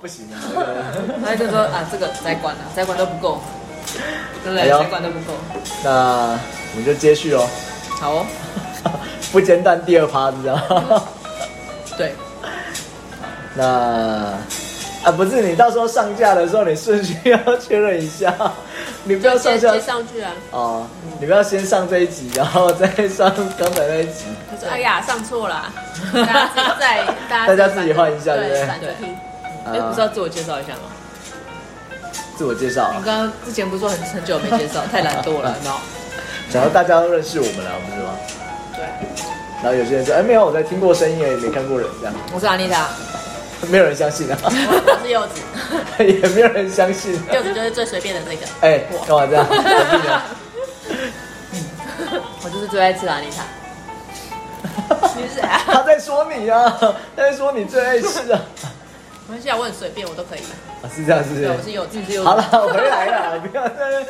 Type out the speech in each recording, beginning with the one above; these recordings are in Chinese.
不行啊。 他就说啊，这个财管啊，财管都不够，对不对？财管都不够。 那我们就接续哦。 好哦， 不间断第二趴，知道吗？ 对。 那不是你到时候上架的时候，你顺序要确认一下，你不要上架接上去啊。 哦，你不要先上这一集，然后再上刚才那一集。 他说：“哎呀，上错了， 大家自己换一下，对不对？” 反着听。 不是要自我介绍一下吗？ 自我介绍。 你刚刚之前不是说很久没介绍，太懒惰了，有没有？ 想要大家都认识我们了，不是吗？ 对。 然后有些人说：“哎，没有，我在听过声音，也没看过人。”这样。 我是安妮塔。 没有人相信啊！ 我是柚子， 也没有人相信。 柚子就是最随便的那个。 哎，干嘛这样？ 我就是最爱吃安妮塔。 你是谁啊？ 他在说你啊，他在说你最爱吃啊。 没关系啊，我很随便，我都可以。 啊，是这样，是不是？ 对，我是柚子，是柚子。好了，我回来了，不要再。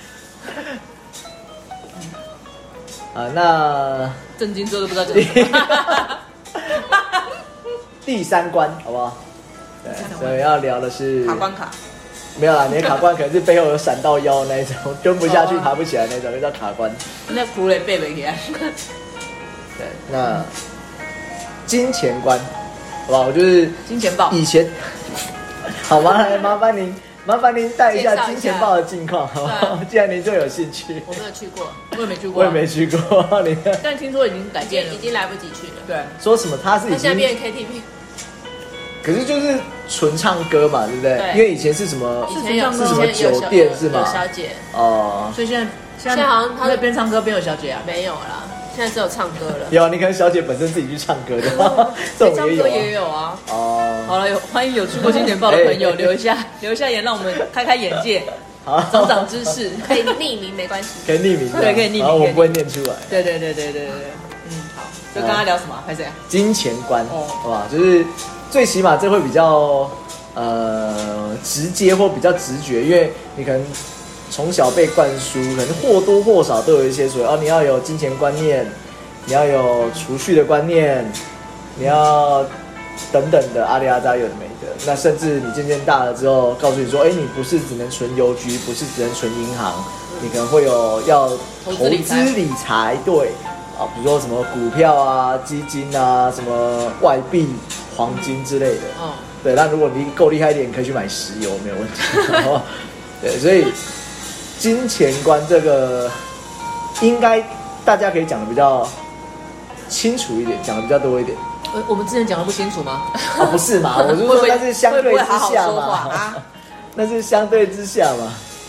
啊，那震惊之后都不知道讲什么。 第3关，好不好？对，所以要聊的是卡关卡。 没有啦，你的卡关可能是背后有闪到腰那一种，蹲不下去、爬不起来那种，就叫卡关。 那苦累背不起来。 对，那金钱观，好不好？我就是金钱豹。 以前，好吗？来，麻烦您带一下金钱豹的近况，好不好？既然您最有兴趣， 我没有去过， 我也没去过， 我也没去过。你看， 但听说已经改变了， 已经来不及去了。 对， 说什么他是已经现在变 KTV， 可是就是纯唱歌嘛，对不对？ 对， 因为以前是什么？ 以前有是什么酒店是吗？ 有小姐哦， 所以现在好像他在边唱歌边有小姐啊？ 没有啦。现在只有唱歌了。 有啊，你可能小姐本身自己去唱歌的，这种也有、啊。 唱歌也有啊。 哦， 好了，欢迎有去过金钱豹的朋友留一下言，让我们开开眼界， 好， 长长知识。 可以匿名没关系。 可以匿名， 对，可以匿名。 然后我不会念出来。 对。好，就跟他聊什么？拍谁？ 金钱观，好吧，就是最起码这会比较直接或比较直觉，因为你可能从小被灌输，可能或多或少都有一些所谓你要有金钱观念，你要有储蓄的观念，你要等等的阿里阿扎有的没的。那甚至你渐渐大了之后，告诉你说，你不是只能存邮局，不是只能存银行，你可能会有要投资理财，对啊，比如说什么股票啊、基金啊、什么外币、黄金之类的。对，那如果你够厉害一点，你可以去买石油，没有问题。对，所以金钱观这个应该大家可以讲的比较清楚一点，讲的比较多一点。 我们之前讲的不清楚吗？ 不是嘛？我是说那是相对之下嘛， 啊、 那是相对之下嘛。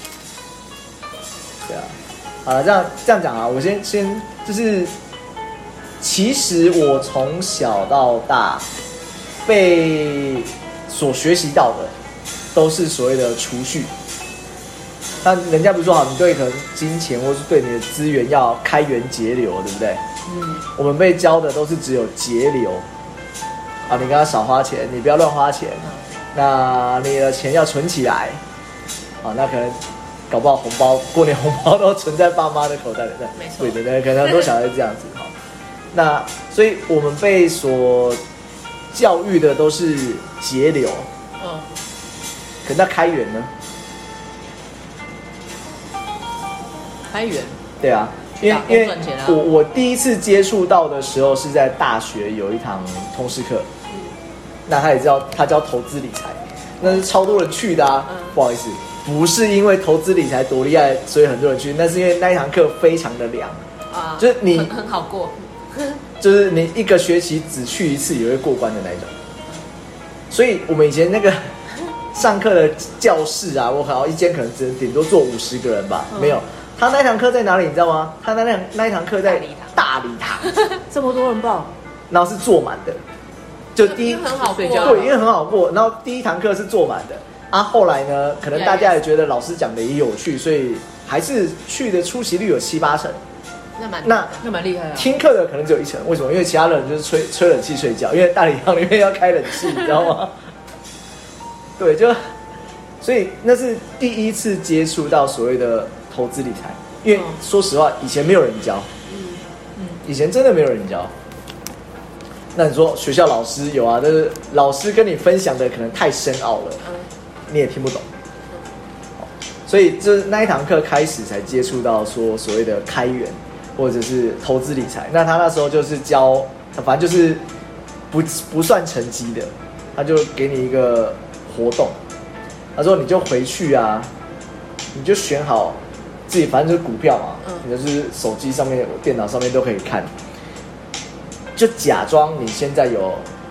对啊，好了，这样讲啊，我先就是，其实我从小到大被所学习到的都是所谓的储蓄。那人家不是说好，你对可能金钱或是对你的资源要开源节流，对不对？我们被教的都是只有节流啊，你跟他少花钱，你不要乱花钱。那你的钱要存起来啊，那可能搞不好过年红包都存在爸妈的口袋里。 没错， 对，可能很多小孩是这样子哈。那所以我们被所教育的都是节流，可那开源呢？ 开源， 对啊，因为我第一次接触到的时候是在大学有一堂通识课，那他教投资理财，那是超多人去的啊。不好意思，不是因为投资理财多厉害，所以很多人去，那是因为那一堂课非常的凉啊，就是你很好过， 就是你一个学期只去一次也会过关的那一种。所以我们以前那个上课的教室啊，我好像一间可能顶多坐50个人吧，没有。他那堂课在哪里，你知道吗？他那一堂课在大礼堂， 这么多人报， 然后是坐满的，就第一很好过， 对，因为很好过。然后第一堂课是坐满的啊，后来呢，可能大家也觉得老师讲的也有趣，所以还是去的出席率有7-8成。 那蛮厉害啊！ 听课的可能只有1成，为什么？因为其他人就是吹冷气睡觉，因为大礼堂里面要开冷气，你知道吗？对，所以那是第一次接触到所谓的投资理财，因为说实话，以前没有人教，以前真的没有人教。 那你说学校老师有啊，但是老师跟你分享的可能太深奥了，你也听不懂。所以就是那一堂课开始才接触到说所谓的开源或者是投资理财。那他那时候就是教，反正就是不算成绩的，他就给你一个活动，他说你就回去啊，你就选好自己，反正就是股票嘛，你就是手机上面、电脑上面都可以看，就假装你现在有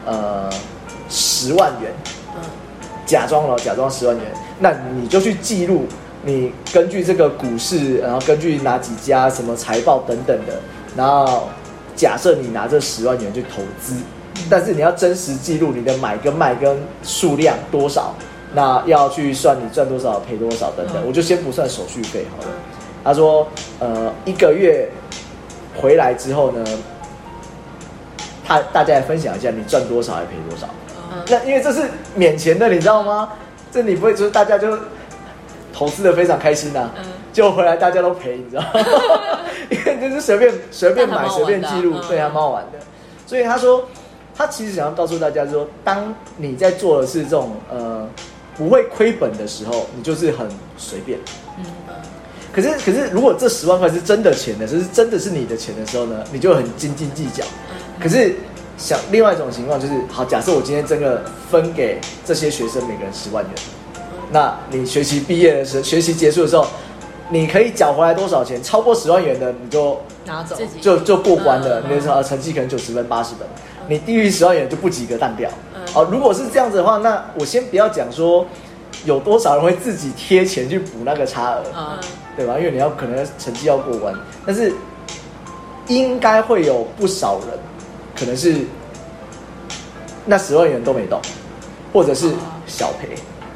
10万元，假装10万元，那你就去记录。你根据这个股市，然后根据哪几家什么财报等等的，然后假设你拿这10万元去投资，但是你要真实记录你的买跟卖跟数量多少，那要去算你赚多少赔多少等等。我就先不算手续费好了。他说，1个月回来之后呢，大家来分享一下你赚多少还赔多少。那因为这是免钱的，你知道吗？这你不会就是大家就投资的非常开心呐，结果回来大家都赔，你知道吗？因为就是随便买随便记录，对，还蛮好玩的。所以他说，他其实想要告诉大家说，当你在做的是这种不会亏本的时候，你就是很随便。可是如果这10万块是真的钱的，就是真的是你的钱的时候呢，你就很斤斤计较。可是想另外一种情况就是，好，假设我今天真的分给这些学生每个人10万元。那你学习毕业的时候，学习结束的时候，你可以缴回来多少钱？超过10万元的，你就拿走， 就过关了。你的成绩可能90分、80分，你低于10万元就不及格当掉。如果是这样子的话，那我先不要讲说有多少人会自己贴钱去补那个差额，对吧？因为你要可能成绩要过关，但是应该会有不少人，可能是那10万元都没动，或者是小赔。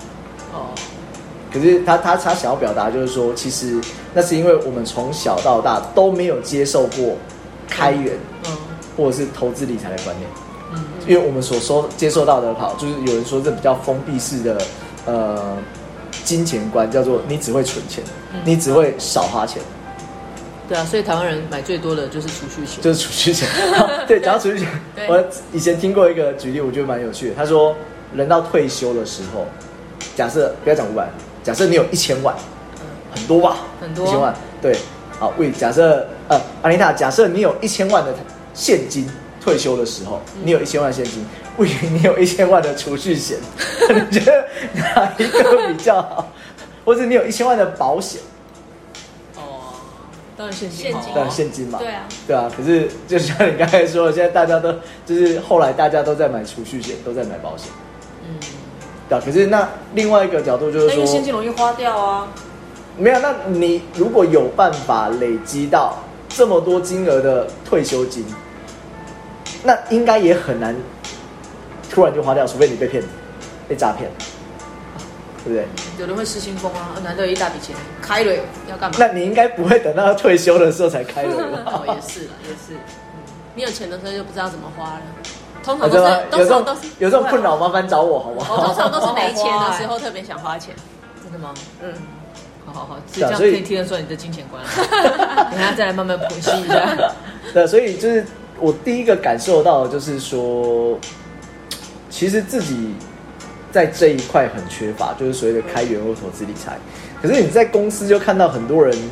可是他想要表达就是说，其实那是因为我们从小到大都没有接受过开源，或者是投资理财的观念，因为我们所接受到的就是有人说这比较封闭式的金钱观，叫做你只会存钱，你只会少花钱。 对啊，所以台湾人买最多的就是储蓄险， 就是储蓄险。对，讲到储蓄险，我以前听过一个举例，我觉得蛮有趣的。他说，人到退休的时候，假设不要讲500，假设你有1000万，很多吧？很多1000万，对。好，假设阿妮塔，假设你有1000万的现金，退休的时候，你有1000万现金，你有1000万的储蓄险，你觉得哪一个比较好？或者你有1000万的保险？ 当然现金， 当然现金嘛。 对啊， 对啊。可是就像你刚才说的，现在大家都就是后来大家都在买储蓄险，都在买保险。对啊。可是那另外一个角度就是说， 因为现金容易花掉啊。 没有，那你如果有办法累积到这么多金额的退休金，那应该也很难突然就花掉，除非你被骗、被诈骗。对不对？ 有人会失心疯啊，难得有一大笔钱，开了要干嘛？ 那你应该不会等到退休的时候才开了吧？ 也是啦，也是。你有钱的时候就不知道怎么花了。通常都是有这种困扰，麻烦找我好不好？ 通常都是没钱的时候特别想花钱。真的吗？好，这样可以听得出来你的金钱观。等下再来慢慢剖析一下。 对，所以就是我第一个感受到的就是说，其实自己在这一块很缺乏，就是所谓的开源或投资理财。可是你在公司就看到很多人，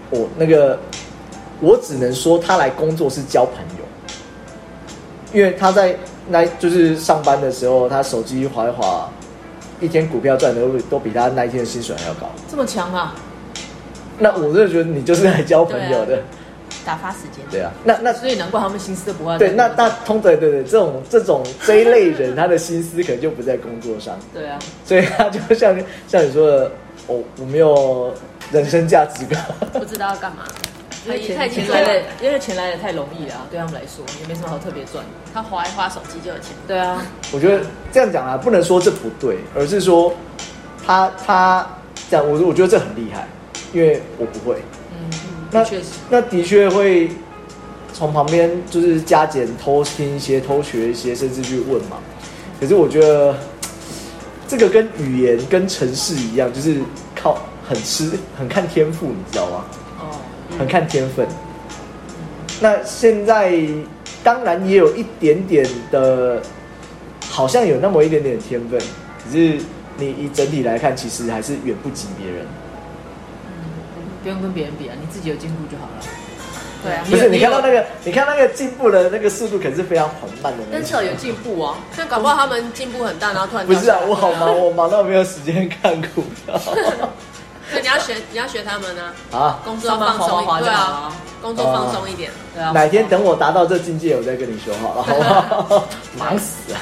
我只能说他来工作是交朋友，因为他在就是上班的时候，他手机滑一滑，一天股票赚的都比他那一天的薪水还要高。 这么强啊！ 那我真的觉得你就是来交朋友的。 打发时间。 对啊，那所以难怪他们心思都不花。 对，那对，这一类人，他的心思可能就不在工作上。 对啊， 所以他就像你说的，我没有人生价值观， 不知道要干嘛。 因为钱来的，因为钱来的太容易了，对他们来说也没什么好特别赚。 他滑一滑手机就有钱。 对啊， 我觉得这样讲啊，不能说这不对，而是说他这样，我觉得这很厉害，因为我不会。那的确会从旁边就是加减偷听一些、偷学一些，甚至去问嘛。可是我觉得这个跟语言、跟程式一样，就是靠很看天赋，你知道吗？很看天分。那现在当然也有一点点的，好像有那么一点点天分，可是你以整体来看，其实还是远不及别人。 不用跟别人比啊，你自己有进步就好了。 对啊， 不是你看那个进步的那个速度，可是非常缓慢的那种。 但至少有进步啊。 像搞不好他们进步很大，然后突然不是啊，我好忙，我忙到没有时间看股票。 所以你要学他们呢。 啊， 工作要放松一点，对啊，工作放松一点。 对啊， 哪天等我达到这境界，我再跟你说好了，好不好？忙死了。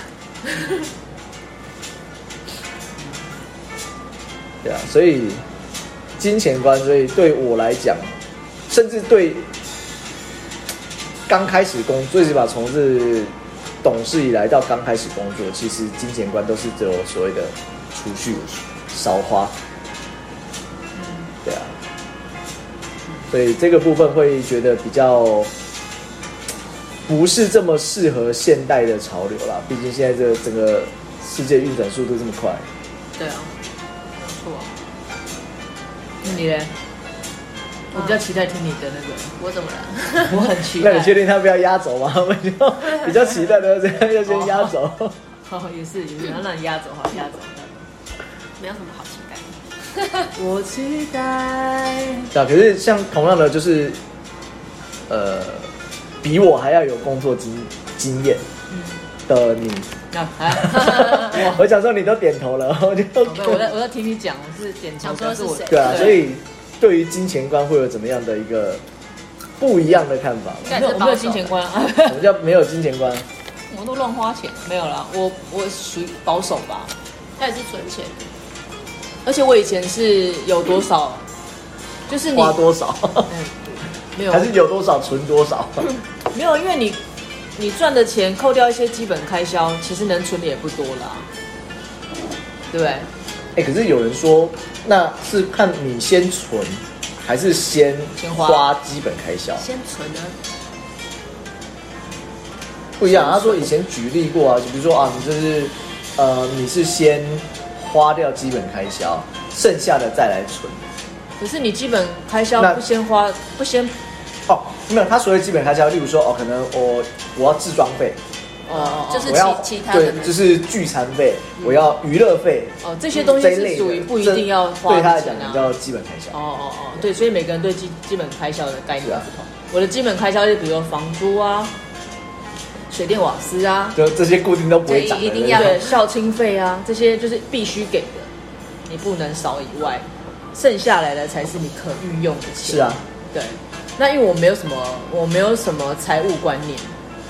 对啊，所以金钱观，所以对我来讲，甚至对刚开始最起码从事懂事以来到刚开始工作，其实金钱观都是只有所谓的储蓄、少花。对啊，所以这个部分会觉得比较不是这么适合现代的潮流啦。毕竟现在这整个世界运转速度这么快。 对啊，没错啊。那你呢？我比较期待听你的那个。 我怎么了？ 我很期待。 那你确定他不要压轴吗？我就比较期待的，这样要先压轴。 哦，也是，要让你压轴哈，压轴。 没有什么好期待。 我期待。 对啊，可是像同样的就是，比我还要有工作经验的你，我想说你都点头了，我就我在听你讲，我是点头， 说是谁？ 对啊，所以对于金钱观会有怎么样的一个不一样的看法吗？ 我没有金钱观啊。 什么叫没有金钱观？ 我都乱花钱，没有啦，我属于保守吧。 他也是存钱。 而且我以前是有多少，就是你花多少， 没有， 还是有多少存多少？ 没有，因为你赚的钱扣掉一些基本开销，其实能存的也不多啦，对不对？ 可是有人说，那是看你先存，还是先花基本开销？ 先存呢？ 不一样。他说以前举例过啊，就比如说啊，你就是你是先花掉基本开销，剩下的再来存。 可是你基本开销不先花，不先哦，没有，他所谓基本开销，例如说哦，可能我要置装费， 就是其他的，对，就是聚餐费，我要娱乐费， 这些东西是属于不一定要花的钱啊。 对他来讲叫基本开销。 对，所以每个人对基本开销的概念不同。我的基本开销就比如说房租啊、水电瓦斯啊， 就这些固定都不会涨的， 一定要对校庆费啊，这些就是必须给的，你不能少以外，剩下来的才是你可运用的钱。 是啊， 对。那因为我没有什么财务观念，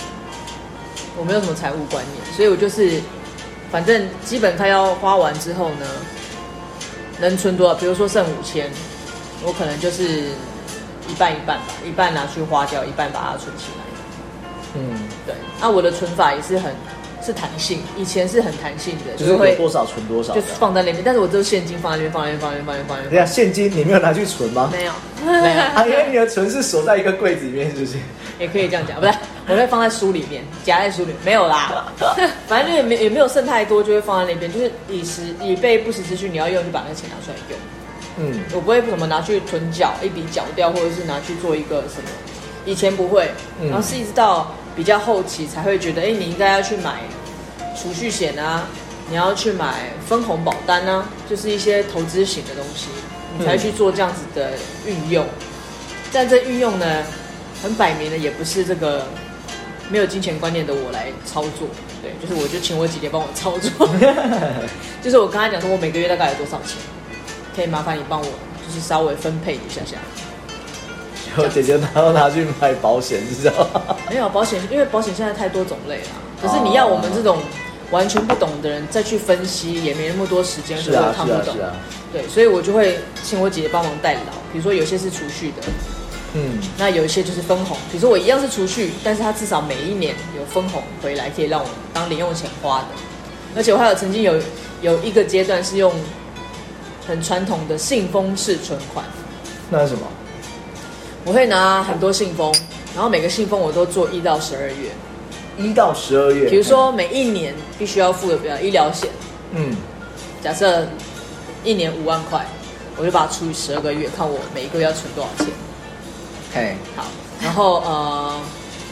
所以我就是反正基本开销花完之后呢，能存多少？比如说剩5000，我可能就是一半吧，一半拿去花掉，一半把它存起来。对。那我的存法也是弹性，以前是很弹性的， 就是有多少存多少， 就是放在那边。但是我只有现金放在那边，放。 等一下，现金你没有拿去存吗？ 没有。 因为你的存是锁在一个柜子里面，是不是？ 也可以这样讲，不是，我会放在书里面，夹在书里，没有啦。反正就也没有剩太多，就会放在那边，就是以备不时之需，你要用就把那个钱拿出来用。我不会什么拿去囤缴，一笔缴掉，或者是拿去做一个什么。以前不会，然后是一直到比较后期才会觉得，你应该要去买储蓄险啊，你要去买分红保单啊，就是一些投资型的东西，你才会去做这样子的运用。但这运用呢，很摆明的也不是这个没有金钱观念的我来操作，对，就是我就请我姐姐帮我操作。就是我跟她讲说，我每个月大概有多少钱，可以麻烦你帮我，就是稍微分配一下下。 我姐姐拿去买保险，是这样吗？ 没有保险，因为保险现在太多种类了。可是你要我们这种完全不懂的人再去分析，也没那么多时间，所以我看不懂。对，所以我就会请我姐姐帮忙代劳。比如说有些是储蓄的，那有一些就是分红。比如说我一样是储蓄，但是它至少每一年有分红回来，可以让我当零用钱花的。而且我还有曾经有一个阶段是用很传统的信封式存款。 那是什么？ 我会拿很多信封，然后每个信封我都做1到12月。 1到12月。 比如说每一年必须要付的，比如医疗险，假设1年5万块，我就把它除以12个月，看我每一个月要存多少钱。 嘿， 好，然后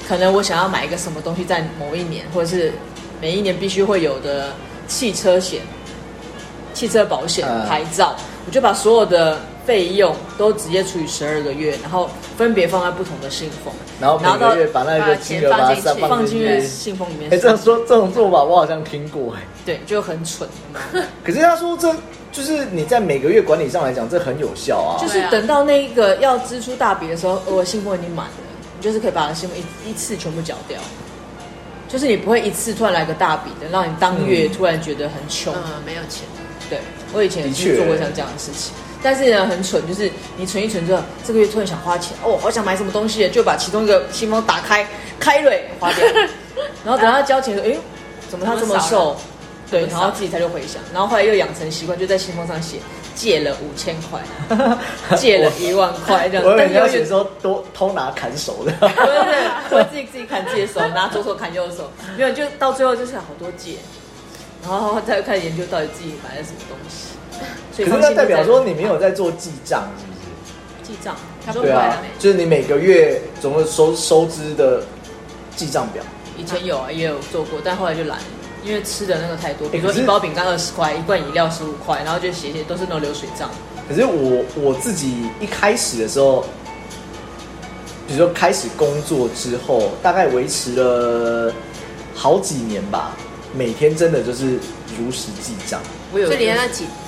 可能我想要买一个什么东西，在某一年或者是每一年必须会有的汽车险、汽车保险、牌照，我就把所有的费用都直接除以12个月，然后分别放在不同的信封， 然后每个月把那个金额放进去信封里面。 这样说这种做法我好像听过对，就很蠢。 可是他说这就是你在每个月管理上来讲，这很有效啊。 就是等到那一个要支出大笔的时候，我信封已经满了，你就是可以把信封一次全部缴掉。就是你不会一次突然来个大笔的，让你当月突然觉得很穷， 没有钱。 对，我以前也是做过像这样的事情。但是呢，很蠢，就是你存一存之后，这个月突然想花钱，好想买什么东西，就把其中一个信封打开，开蕊花掉，然后等他交钱的时候，怎么他这么瘦？对，然后自己才就回想，然后后来又养成习惯，就在信封上写借了5000块，借了1万块这样。 我以为你要写说多偷拿砍手的， 对，会自己砍自己的手，拿左手砍右手，没有，就到最后就是好多借，然后再开始研究到底自己买了什么东西。 可是那代表说你没有在做记账，是不是？ 记账， 对啊，就是你每个月总共收支的记账表。 以前有也有做过，但后来就懒了，因为吃的那个太多，比如说一包饼干20块，一罐饮料15块，然后就写都是那种流水账。 可是我自己一开始的时候，比如说开始工作之后，大概维持了好几年吧，每天真的就是如实记账。 就连那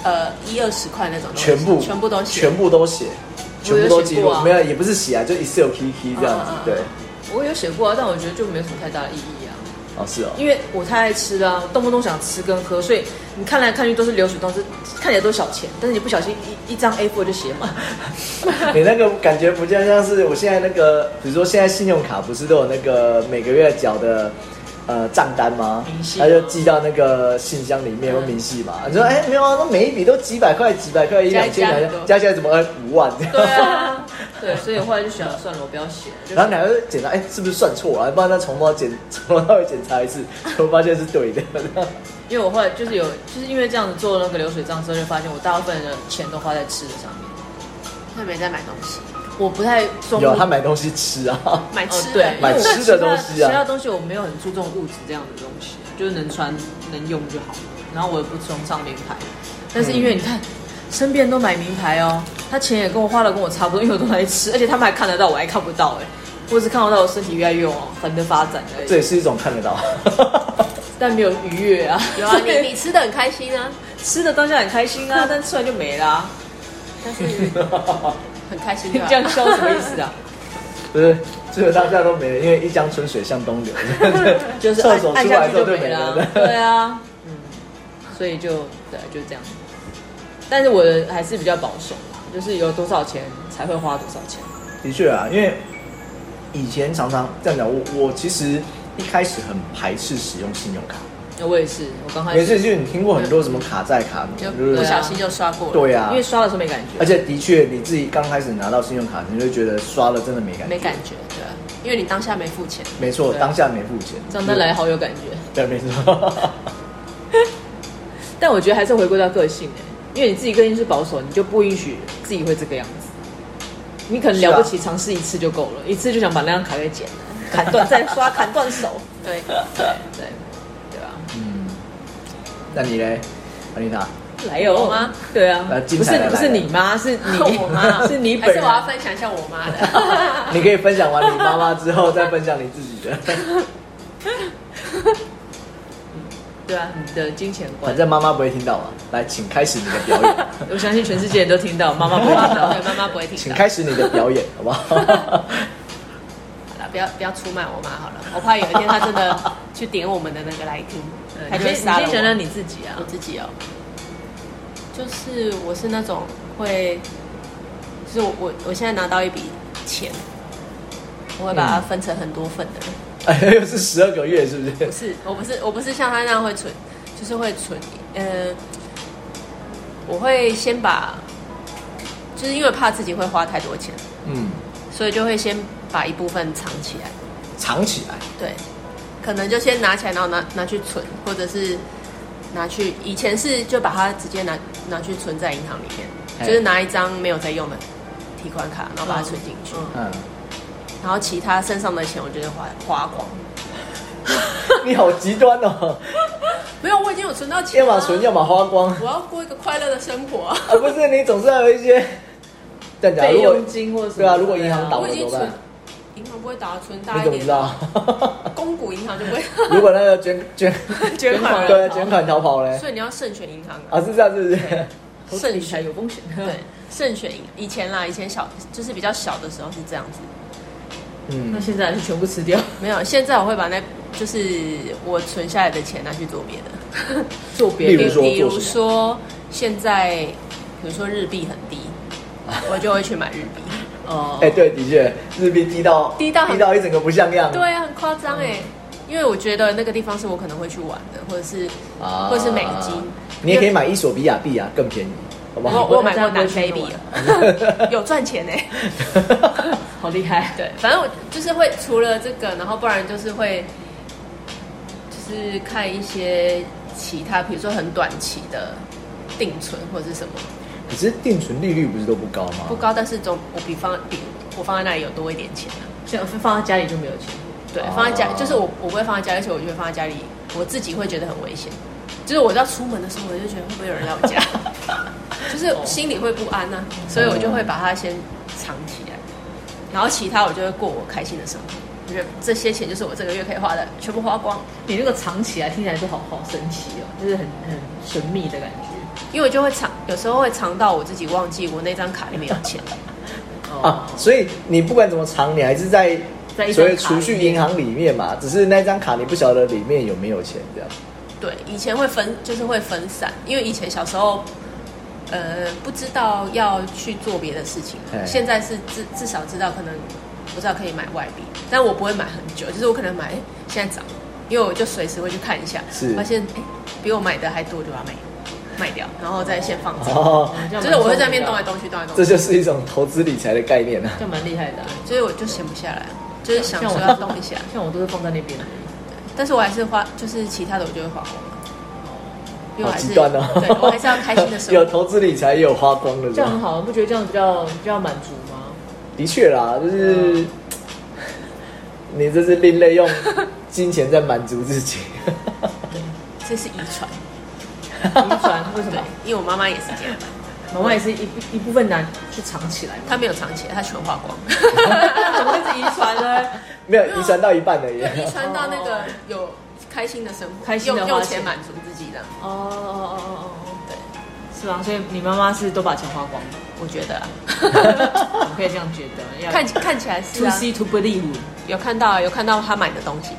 10-20块那种全部都写，全部都记录，没有也不是写啊，就 Excel key 这样子。对， 我有写过啊，但我觉得就没有什么太大的意义啊。 是哦， 因为我太爱吃了，动不动想吃跟喝，所以你看来看去都是流水账，看起来都小钱，但是你不小心一张 A4 就写满。 你那个感觉不就像是我现在那个，比如说现在信用卡不是都有那个每个月缴的账单吗？他就寄到那个信箱里面，或明细嘛。你说没有啊，那每一笔都几百块、1-2千，加起来怎么5万？ 对啊，对，所以后来就想算了，我不要写。 然后你还会检查，是不是算错了？不然再从头到尾检查一次，我发现是对的。 因为我后来就是因为这样子做那个流水账之后，就发现我大部分的钱都花在吃的上面， 他没在买东西。 我不太有他买东西吃啊， 买吃对， 买吃的东西啊， 其他东西我没有很注重物质这样的东西，就是能穿能用就好了。然后我也不崇尚名牌，但是因为你看身边人都买名牌哦，他钱也跟我花的跟我差不多，因为我都来吃，而且他们还看得到，我还看不到我只看得到我身体越来越往横的发展而已。 这也是一种看得到， 但没有愉悦啊。 有啊，你吃的很开心啊， 吃的当下很开心啊，但吃完就没了但是很开心。 这样笑什么意思啊？ 不是，这个当下都没了，因为一江春水向东流， 就是厕所出来之后就没了。对啊，所以就这样。但是我的还是比较保守啦，就是有多少钱才会花多少钱。 的确啊，因为以前常常这样讲，我其实一开始很排斥使用信用卡。 我也是，我刚开始。 也是，就是你听过很多什么卡债卡， 就是不小心就刷过了。 对啊， 因为刷的时候没感觉。 而且的确，你自己刚开始拿到信用卡，你就觉得刷了真的没感觉。 没感觉，对，因为你当下没付钱。 没错，当下没付钱， 账单来好有感觉。 对，没错。 但我觉得还是回归到个性因为你自己个性是保守，你就不允许自己会这个样子。你可能了不起尝试一次就够了，一次就想把那张卡给剪了，砍断再刷，砍断手。 对。 那你嘞，安妮塔？ 来有我吗？对啊，不是你妈，是你我妈， 是你本人。 还是我要分享一下我妈的？ 你可以分享完你妈妈之后，再分享你自己的。 对啊，你的金钱观。 反正妈妈不会听到嘛。来，请开始你的表演。 我相信全世界人都听到，妈妈不会听到， 对，妈妈不会听到。 请开始你的表演，好不好？ 好了，不要出卖我妈好了，我怕有一天她真的去点我们的那个来听。 你先讲讲你自己啊。 我自己就是我是那种会，就是我现在拿到一笔钱，我会把它分成很多份的人。 又是12个月，是不是？ 我不是像他那样会存，就是会存。我会先把，就是因为怕自己会花太多钱，所以就会先把一部分藏起来。 藏起来？ 对。可能就先拿起来，然后拿去存，或者是拿去。以前是就把它直接拿去存在银行里面，就是拿一张没有在用的提款卡，然后把它存进去。 然后其他身上的钱我就会花光。 你好极端哦！ 没有，我已经有存到钱， 要么存，要么花光。 我要过一个快乐的生活啊！ 不是，你总是要有一些备用金或者对啊，如果银行倒了怎么办？ 银行不会倒，存大一点。你怎么知道？ 公股银行就不会。 如果那个捐款对捐款逃跑嘞， 所以你要慎选银行啊，是这样，是不是？ 慎选有风险。 对，慎选以前小就是比较小的时候是这样子。 那现在还是全部吃掉？ 没有，现在我会把就是我存下来的钱拿去做别的， 做别的。 比如说现在，比如说日币很低，我就会去买日币。 哦，对，的确，日币低到一整个不像样。 对啊，很夸张哎。因为我觉得那个地方是我可能会去玩的，或者是美金。 你也可以买伊索比亚币啊，更便宜。 我买过南非币了，有赚钱哎， 好厉害。 对，反正我就是会除了这个，然后不然就是会就是看一些其他，比如说很短期的定存或者是什么。 可是定存利率不是都不高吗？ 不高，但是我比我放在那里有多一点钱啊。 像放在家里就没有钱。 对，放在家就是我不会放在家里，而且我就会放在家里，我自己会觉得很危险。就是我要出门的时候，我就觉得会不会有人来我家，就是心里会不安啊，所以我就会把它先藏起来，然后其他我就会过我开心的生活。我觉得这些钱就是我这个月可以花的，全部花光。 你那个藏起来听起来就好神奇哦，就是很神秘的感觉。 因为我就会有时候会藏到我自己忘记我那张卡里面有钱所以你不管怎么藏，你还是在所谓储蓄银行里面嘛，只是那张卡你不晓得里面有没有钱这样。 对，以前会分散，因为以前小时候，不知道要去做别的事情，现在是至少知道可能我知道可以买外币，但我不会买很久，就是我可能买现在涨，因为我就随时会去看一下，发现比我买的还多，就把它卖掉，然后再先放着。就是我会在那边动来动去。 这就是一种投资理财的概念啊， 这蛮厉害的。 所以我就闲不下来，就是想说要动一下。 像我都是放在那边。 但是我还是就是其他的我就会花光了，因为我还是极端哦。 对，我还是要开心的生活。 有投资理财也有花光的， 这样很好，不觉得这样比较满足吗？ 的确啦，就是你这是另类用金钱在满足自己。 对，这是遗传。 遗传为什么？ 因为我妈妈也是这样， 妈妈也是一部分拿去藏起来， 她没有藏起来，她全花光。 怎么会是遗传呢？ 没有遗传到一半而已， 遗传到那个有开心的生活， 开心的用钱满足自己的。 对， 是吧？所以你妈妈是都把钱花光的， 我觉得我可以这样觉得， 看起来是 to see to believe， 有看到她买的东西。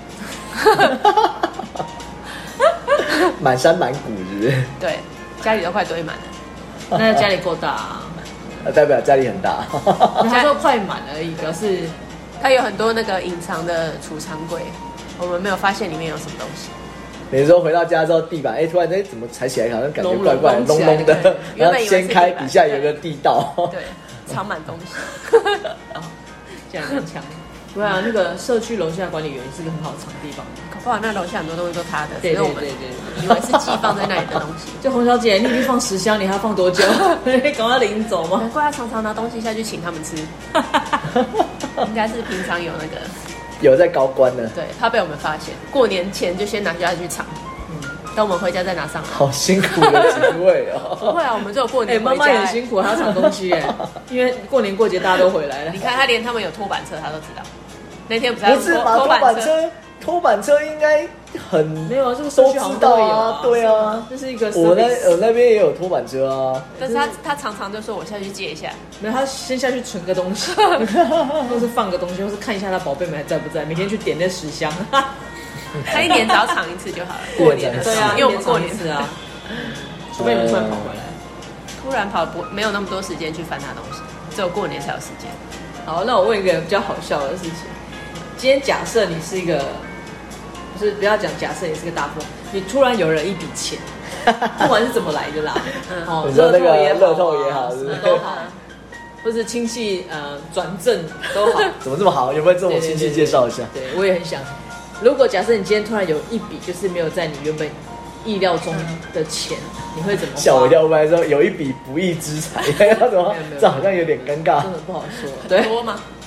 满山满谷是不是？ 对，家里都快堆满了。 那家里够大啊， 代表家里很大。 他说快满而已，表示它有很多那个隐藏的储藏柜，我们没有发现里面有什么东西。 有时候回到家之后，地板突然怎么踩起来，好像感觉怪怪隆隆的，然后掀开底下有一个地道， 对，藏满东西。 这样很强。对啊，那个社区楼下管理员是个很好藏的地方。 搞不好那楼下很多东西都他的， 对， 以为是寄放在那里的东西。 就洪小姐，你已经放10箱，你还要放多久？赶快领走吗？ 难怪他常常拿东西下去请他们吃。应该是平常有在高官呢。 对，怕被我们发现，过年前就先拿下去藏。等我们回家再拿上来。 好辛苦的职位哦。 不会啊，我们只有过年回家。 妈妈也很辛苦，还要藏东西耶。因为过年过节大家都回来了。 你看他连他们有拖板车，他都知道。那天不是吧？拖板车应该很没有啊，这个都知道啊。 对啊， 这是一个我那边也有拖板车啊。 但是他常常就说我下去借一下。 没有，他先下去存个东西，或是放个东西，或是看一下他宝贝们还在不在，每天去点那10箱。 他1年只要藏一次就好了。过年的时候， 对啊， 因为我们过年是啊，除非你们突然跑回来。 突然跑没有那么多时间去翻他东西，只有过年才有时间。 好，那我问一个比较好笑的事情。今天假设你是一个，不是不要讲假设你是个大富翁，你突然有了一笔钱，不管是怎么来的啦， 你说那个乐透也好， 什么都好，或是亲戚转正都好， 怎么这么好？有没有这种亲戚介绍一下？ 对，我也很想。如果假设你今天突然有一笔就是没有在你原本意料中的钱，你会怎么花？ 吓我一跳，我还说有一笔不义之财，要怎么？这好像有点尴尬， 真的不好说。 很多吗？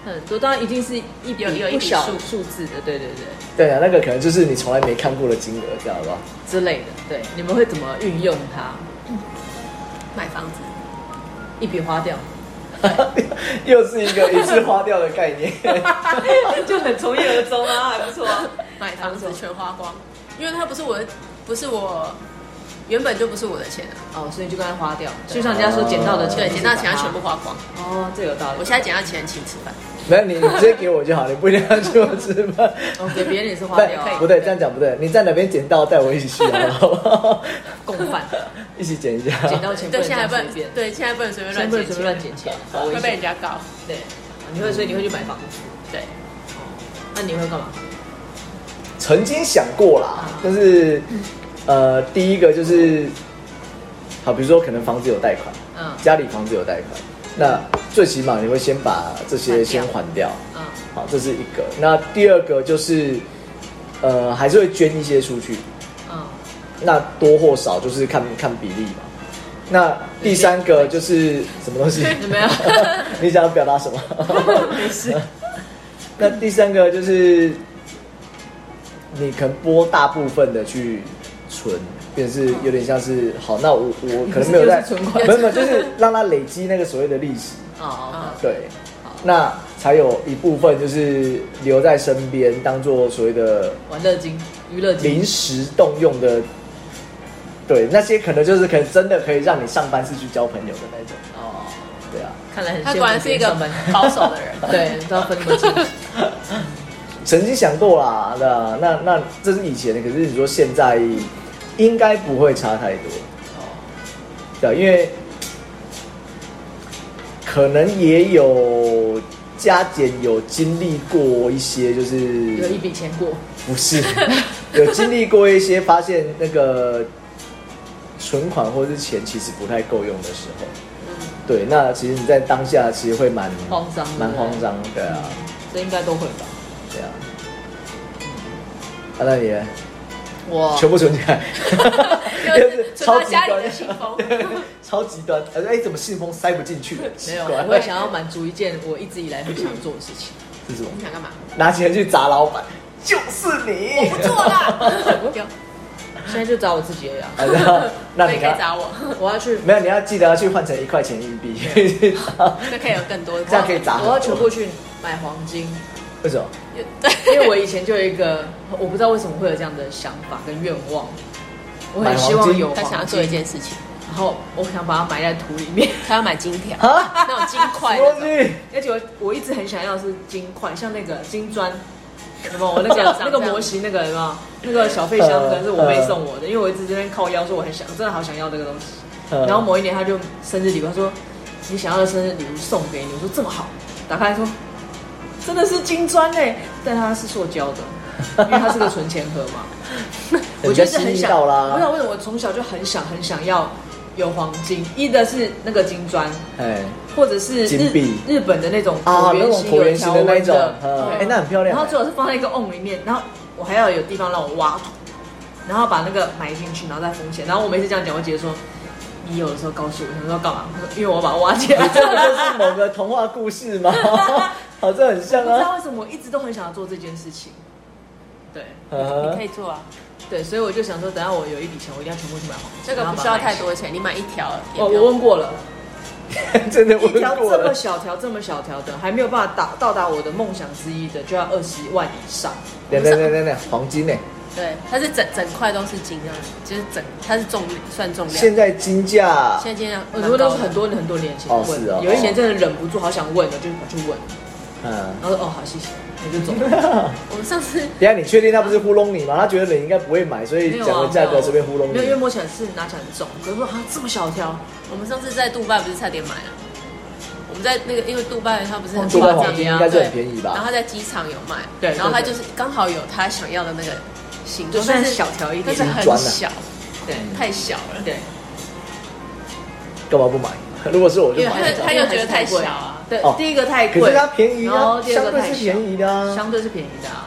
很多，当然一定是一笔有不小数字的，对对对。 对啊，那个可能就是你从来没看过的金额，这样吧之类的。对，你们会怎么运用它？ 买房子， 一笔花掉。 又是一个一次花掉的概念， 就很从一而终啊，还不错啊。 买房子全花光，因为它不是我原本就不是我的钱哦，所以就跟他花掉，就像人家说捡到的钱， 对，捡到钱要全部花光。 哦，这有道理。 我现在捡到钱请吃饭， 没有你直接给我就好，你不一定要请我吃饭。 哦，给别人也是花掉， 不对，这样讲不对。你在哪边捡到，带我一起去好不好？ 共犯， 一起捡一下。 捡到钱不能随便， 对，现在不能随便乱捡钱， 会被人家告。 对，所以你会去买房子， 对。 那你会干嘛？ 曾经想过啦，但是第一个就是。好，比如说可能房子有贷款，家里房子有贷款，那最起码你会先把这些先还掉，好，这是一个。那第二个就是，还是会捐一些出去，那多或少就是看比例嘛。那第三个就是什么东西？ 没有， 你想要表达什么？ 没事。 那第三个就是，你可能拨大部分的去存。便是有点像是好，那我可能没有在存款， 没有，就是让它累积那个所谓的利息对，那才有一部分就是留在身边，当做所谓的玩乐金、娱乐金、 临时动用的。对，那些可能真的可以让你上班是去交朋友的那种。哦，对啊， 看来他果然是一个保守的人， 对，知道分那么清。 曾经想过啦，对啊，那这是以前的，可是你说现在。应该不会差太多，对，因为可能也有加减有经历过一些，就是有一笔钱过， 不是有经历过一些，发现那个存款或是钱其实不太够用的时候，对，那其实你在当下其实会蛮慌张， 对啊， 这应该都会吧， 对啊，那你呢？ 我全部存起来， 超极端的信封， 超极端。怎么信封塞不进去？ 没有，我会想要满足一件我一直以来会想做的事情。 是什么？ 你想干嘛？ 拿钱去砸老板，就是你。 我不做啦。 现在就砸我自己了呀。 那你可以砸我， 我要去。 没有，你要记得要去换成1块钱硬币， 就可以有更多， 这样可以砸。 我要全部去买黄金。 为什么？ 因为我以前就有一个，我不知道为什么会有这样的想法跟愿望，我很希望有黄金， 他想要做一件事情， 然后我想把它埋在土里面， 他要买金条，那种金块那种， 而且我一直很想要的是金块，像那个金砖，有没有？我那个模型那个有没有？那个小费箱可能是我妹送我的，因为我一直这边靠腰说我很想，真的好想要这个东西。然后某一年他就生日礼物，他说你想要的生日礼物送给你，我说这么好，打开说。真的是金砖哎，但它是塑胶的，因为它是个存钱盒嘛。我就是很想，不知道为什么我从小就很想要有黄金，一的是那个金砖，或者是金币， 日本的那种椭圆形的那种，那很漂亮。 然后最好是放在一个瓮里面，然后我还要有地方让我挖土，然后把那个埋进去，然后再封起来。然后我每次这样讲，我姐说。你有的时候告诉我，你说干嘛？因为我把它挖起来。 你这不就是某个童话故事吗？好，这很像啊。 不知道为什么我一直都很想要做这件事情。对， 你可以做啊。 对，所以我就想说，等下我有一笔钱，我一定要全部去买黄金。 这个不需要太多钱，你买一条。 我问过了， 真的问过了。 一条这么小条的，还没有办法到达我的梦想之一的，就要20万以上。 对，黄金呢？ 对，它是整块都是金啊，就是它是算重量。 现在金价， 很多都是很多年前问，有一年真的忍不住好想问了，就跑去问，然后说好谢谢，我就走了。 我们上次， 等下你确定他不是糊弄你吗？他觉得你应该不会买，所以讲个价格随便糊弄你。 没有，因为摸起来是拿起来很重，可是说这么小条， 我们上次在杜拜不是差点买了。我们在那个，因为杜拜它不是很杜拜黄金应该是很便宜吧？ 然后他在机场有卖， 对， 然后他就是刚好有他想要的那个。 就算是小条一点， 但是很小，对，太小了， 对。 干嘛不买？如果是我就买。他又觉得太小啊， 对，第一个太贵， 可是它便宜啊， 第二个太相对是便宜的啊， 相对是便宜的啊。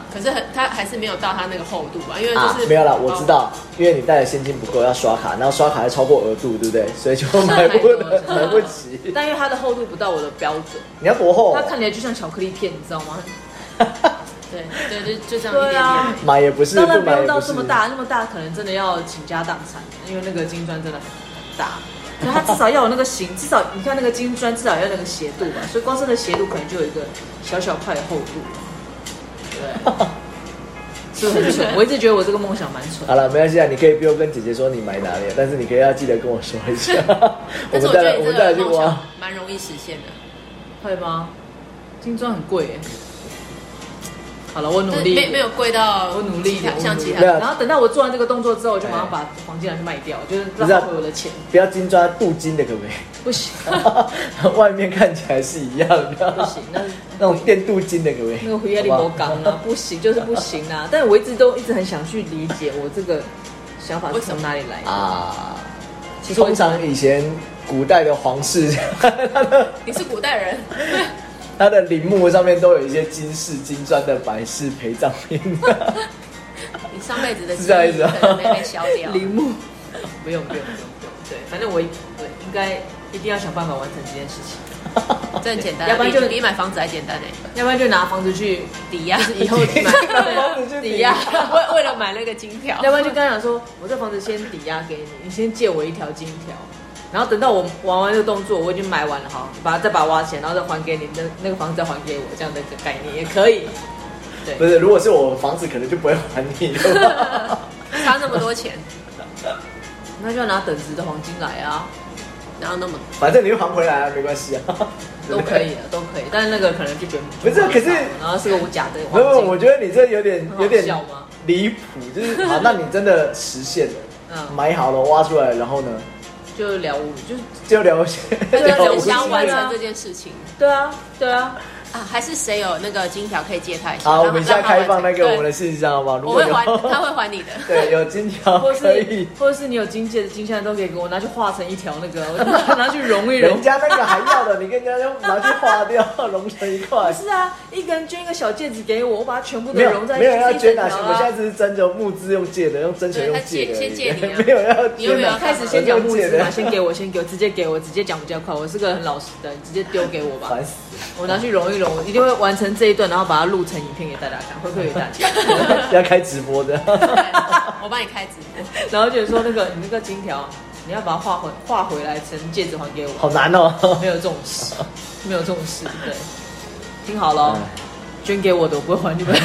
可是它还是没有到它那个厚度吧？因为就是没有啦，我知道，因为你带的现金不够，要刷卡，然后刷卡还超过额度，对不对？所以就买不起。 但因为它的厚度不到我的标准， 你要多厚？ 它看起来就像巧克力片，你知道吗？ 对，就这样一点点。 买也不是， 当然不用到这么大，那么大可能真的要倾家荡产，因为那个金砖真的很大。可它至少要有那个形，至少你看那个金砖至少要有那个斜度吧，所以光是那斜度可能就有一个小小块的厚度，对。是很蠢，我一直觉得我这个梦想蛮蠢。 好了，没关系啊，你可以不用跟姐姐说你买哪里，但是你可以要记得跟我说一下。 但是我觉得你这个去挖， 蛮容易实现的， 会吗？金砖很贵耶。好了，我努力， 没有贵到我努力一点， 像其他。 然后等到我做完这个动作之后，我就马上把黄金拿去卖掉，就是浪费我的钱。 不要金砖镀金的，可不可以？ 不行， 外面看起来是一样的。 不行， 那种电镀金的可不可以？ 那个回压力摩钢啊，不行，就是不行啊。但我一直很想去理解我这个想法是从哪里来的啊。 通常以前古代的皇室， 你是古代人。 它的陵墓上面都有一些金饰、金砖的摆饰陪葬品。 你上辈子的是这样意思吗？ 没消掉。 陵墓不用，对，反正我应该一定要想办法完成这件事情。 这很简单， 要不然就比买房子还简单呢。 要不然就拿房子去抵押，就是以后买抵押， 为了买那个金条。 要不然就跟他讲说，我这房子先抵押给你，你先借我一条金条。然后等到我玩完这个动作，我已经买完了哈，再把它挖起来，然后再还给你，那个房子再还给我，这样的一个概念也可以。对， 不是，如果是我房子，可能就不会还你了。 差那么多钱， 那就要拿等值的黄金来啊， 然后那么， 反正你会还回来啊，没关系啊， 都可以的，都可以。但是那个可能就觉得不是，可是然后是个假的黄金。 没有，我觉得你这有点笑吗？ 离谱，就是好，那你真的实现了，买好了挖出来，然后呢？ 就了无， 就了想完成这件事情。 对啊。 啊，还是谁有那个金条可以借他一下？ 好，我们现在开放那个我们的信箱好不好？ 我会还，他会还你的。 对，有金条可以， 或者是你有金戒指、金项链都可以给我拿去画成一条那个，我就拿去融一融。 人家那个还要的，你跟人家拿去画掉，融成一块。 不是啊，一个人捐一个小戒指给我，我把它全部都融在一起。 没有人要捐哪些，我现在只是真的募资用借的，用真钱用借的。 先借你啊， 没有要你有没有开始先讲募资嘛？先给我，直接给我，直接讲比较快。我是个很老实的，你直接丢给我吧。 烦死！ 我拿去融一融，一定会完成这一段，然后把它录成影片给大家看，回馈给大家。 要开直播的， 我帮你开直播。 然后就是说你那个金条，你要把它画回来成戒指还给我。 好难哦， 没有这种事，对，听好了，捐给我的我不会还你们。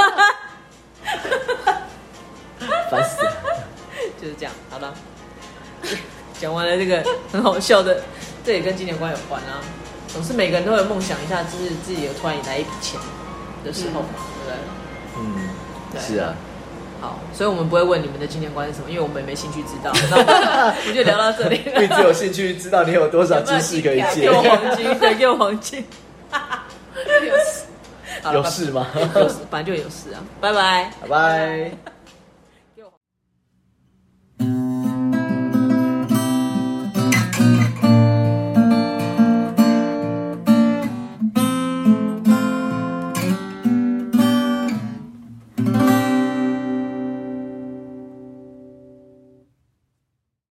烦死了， 就是这样，好了，讲完了这个很好笑的，这也跟金钱观有关啊。总是每个人都有梦想一下，就是自己有突然来一笔钱的时候嘛，对不对？ 对，是啊。 好，所以我们不会问你们的金钱观是什么，因为我们也没兴趣知道。那我就聊到这里。 因为只有兴趣知道你有多少知识可以借。 给我黄金，对，给我黄金。 有事？ 有事吗？ 有事，反正就有事啊。拜拜， 拜拜。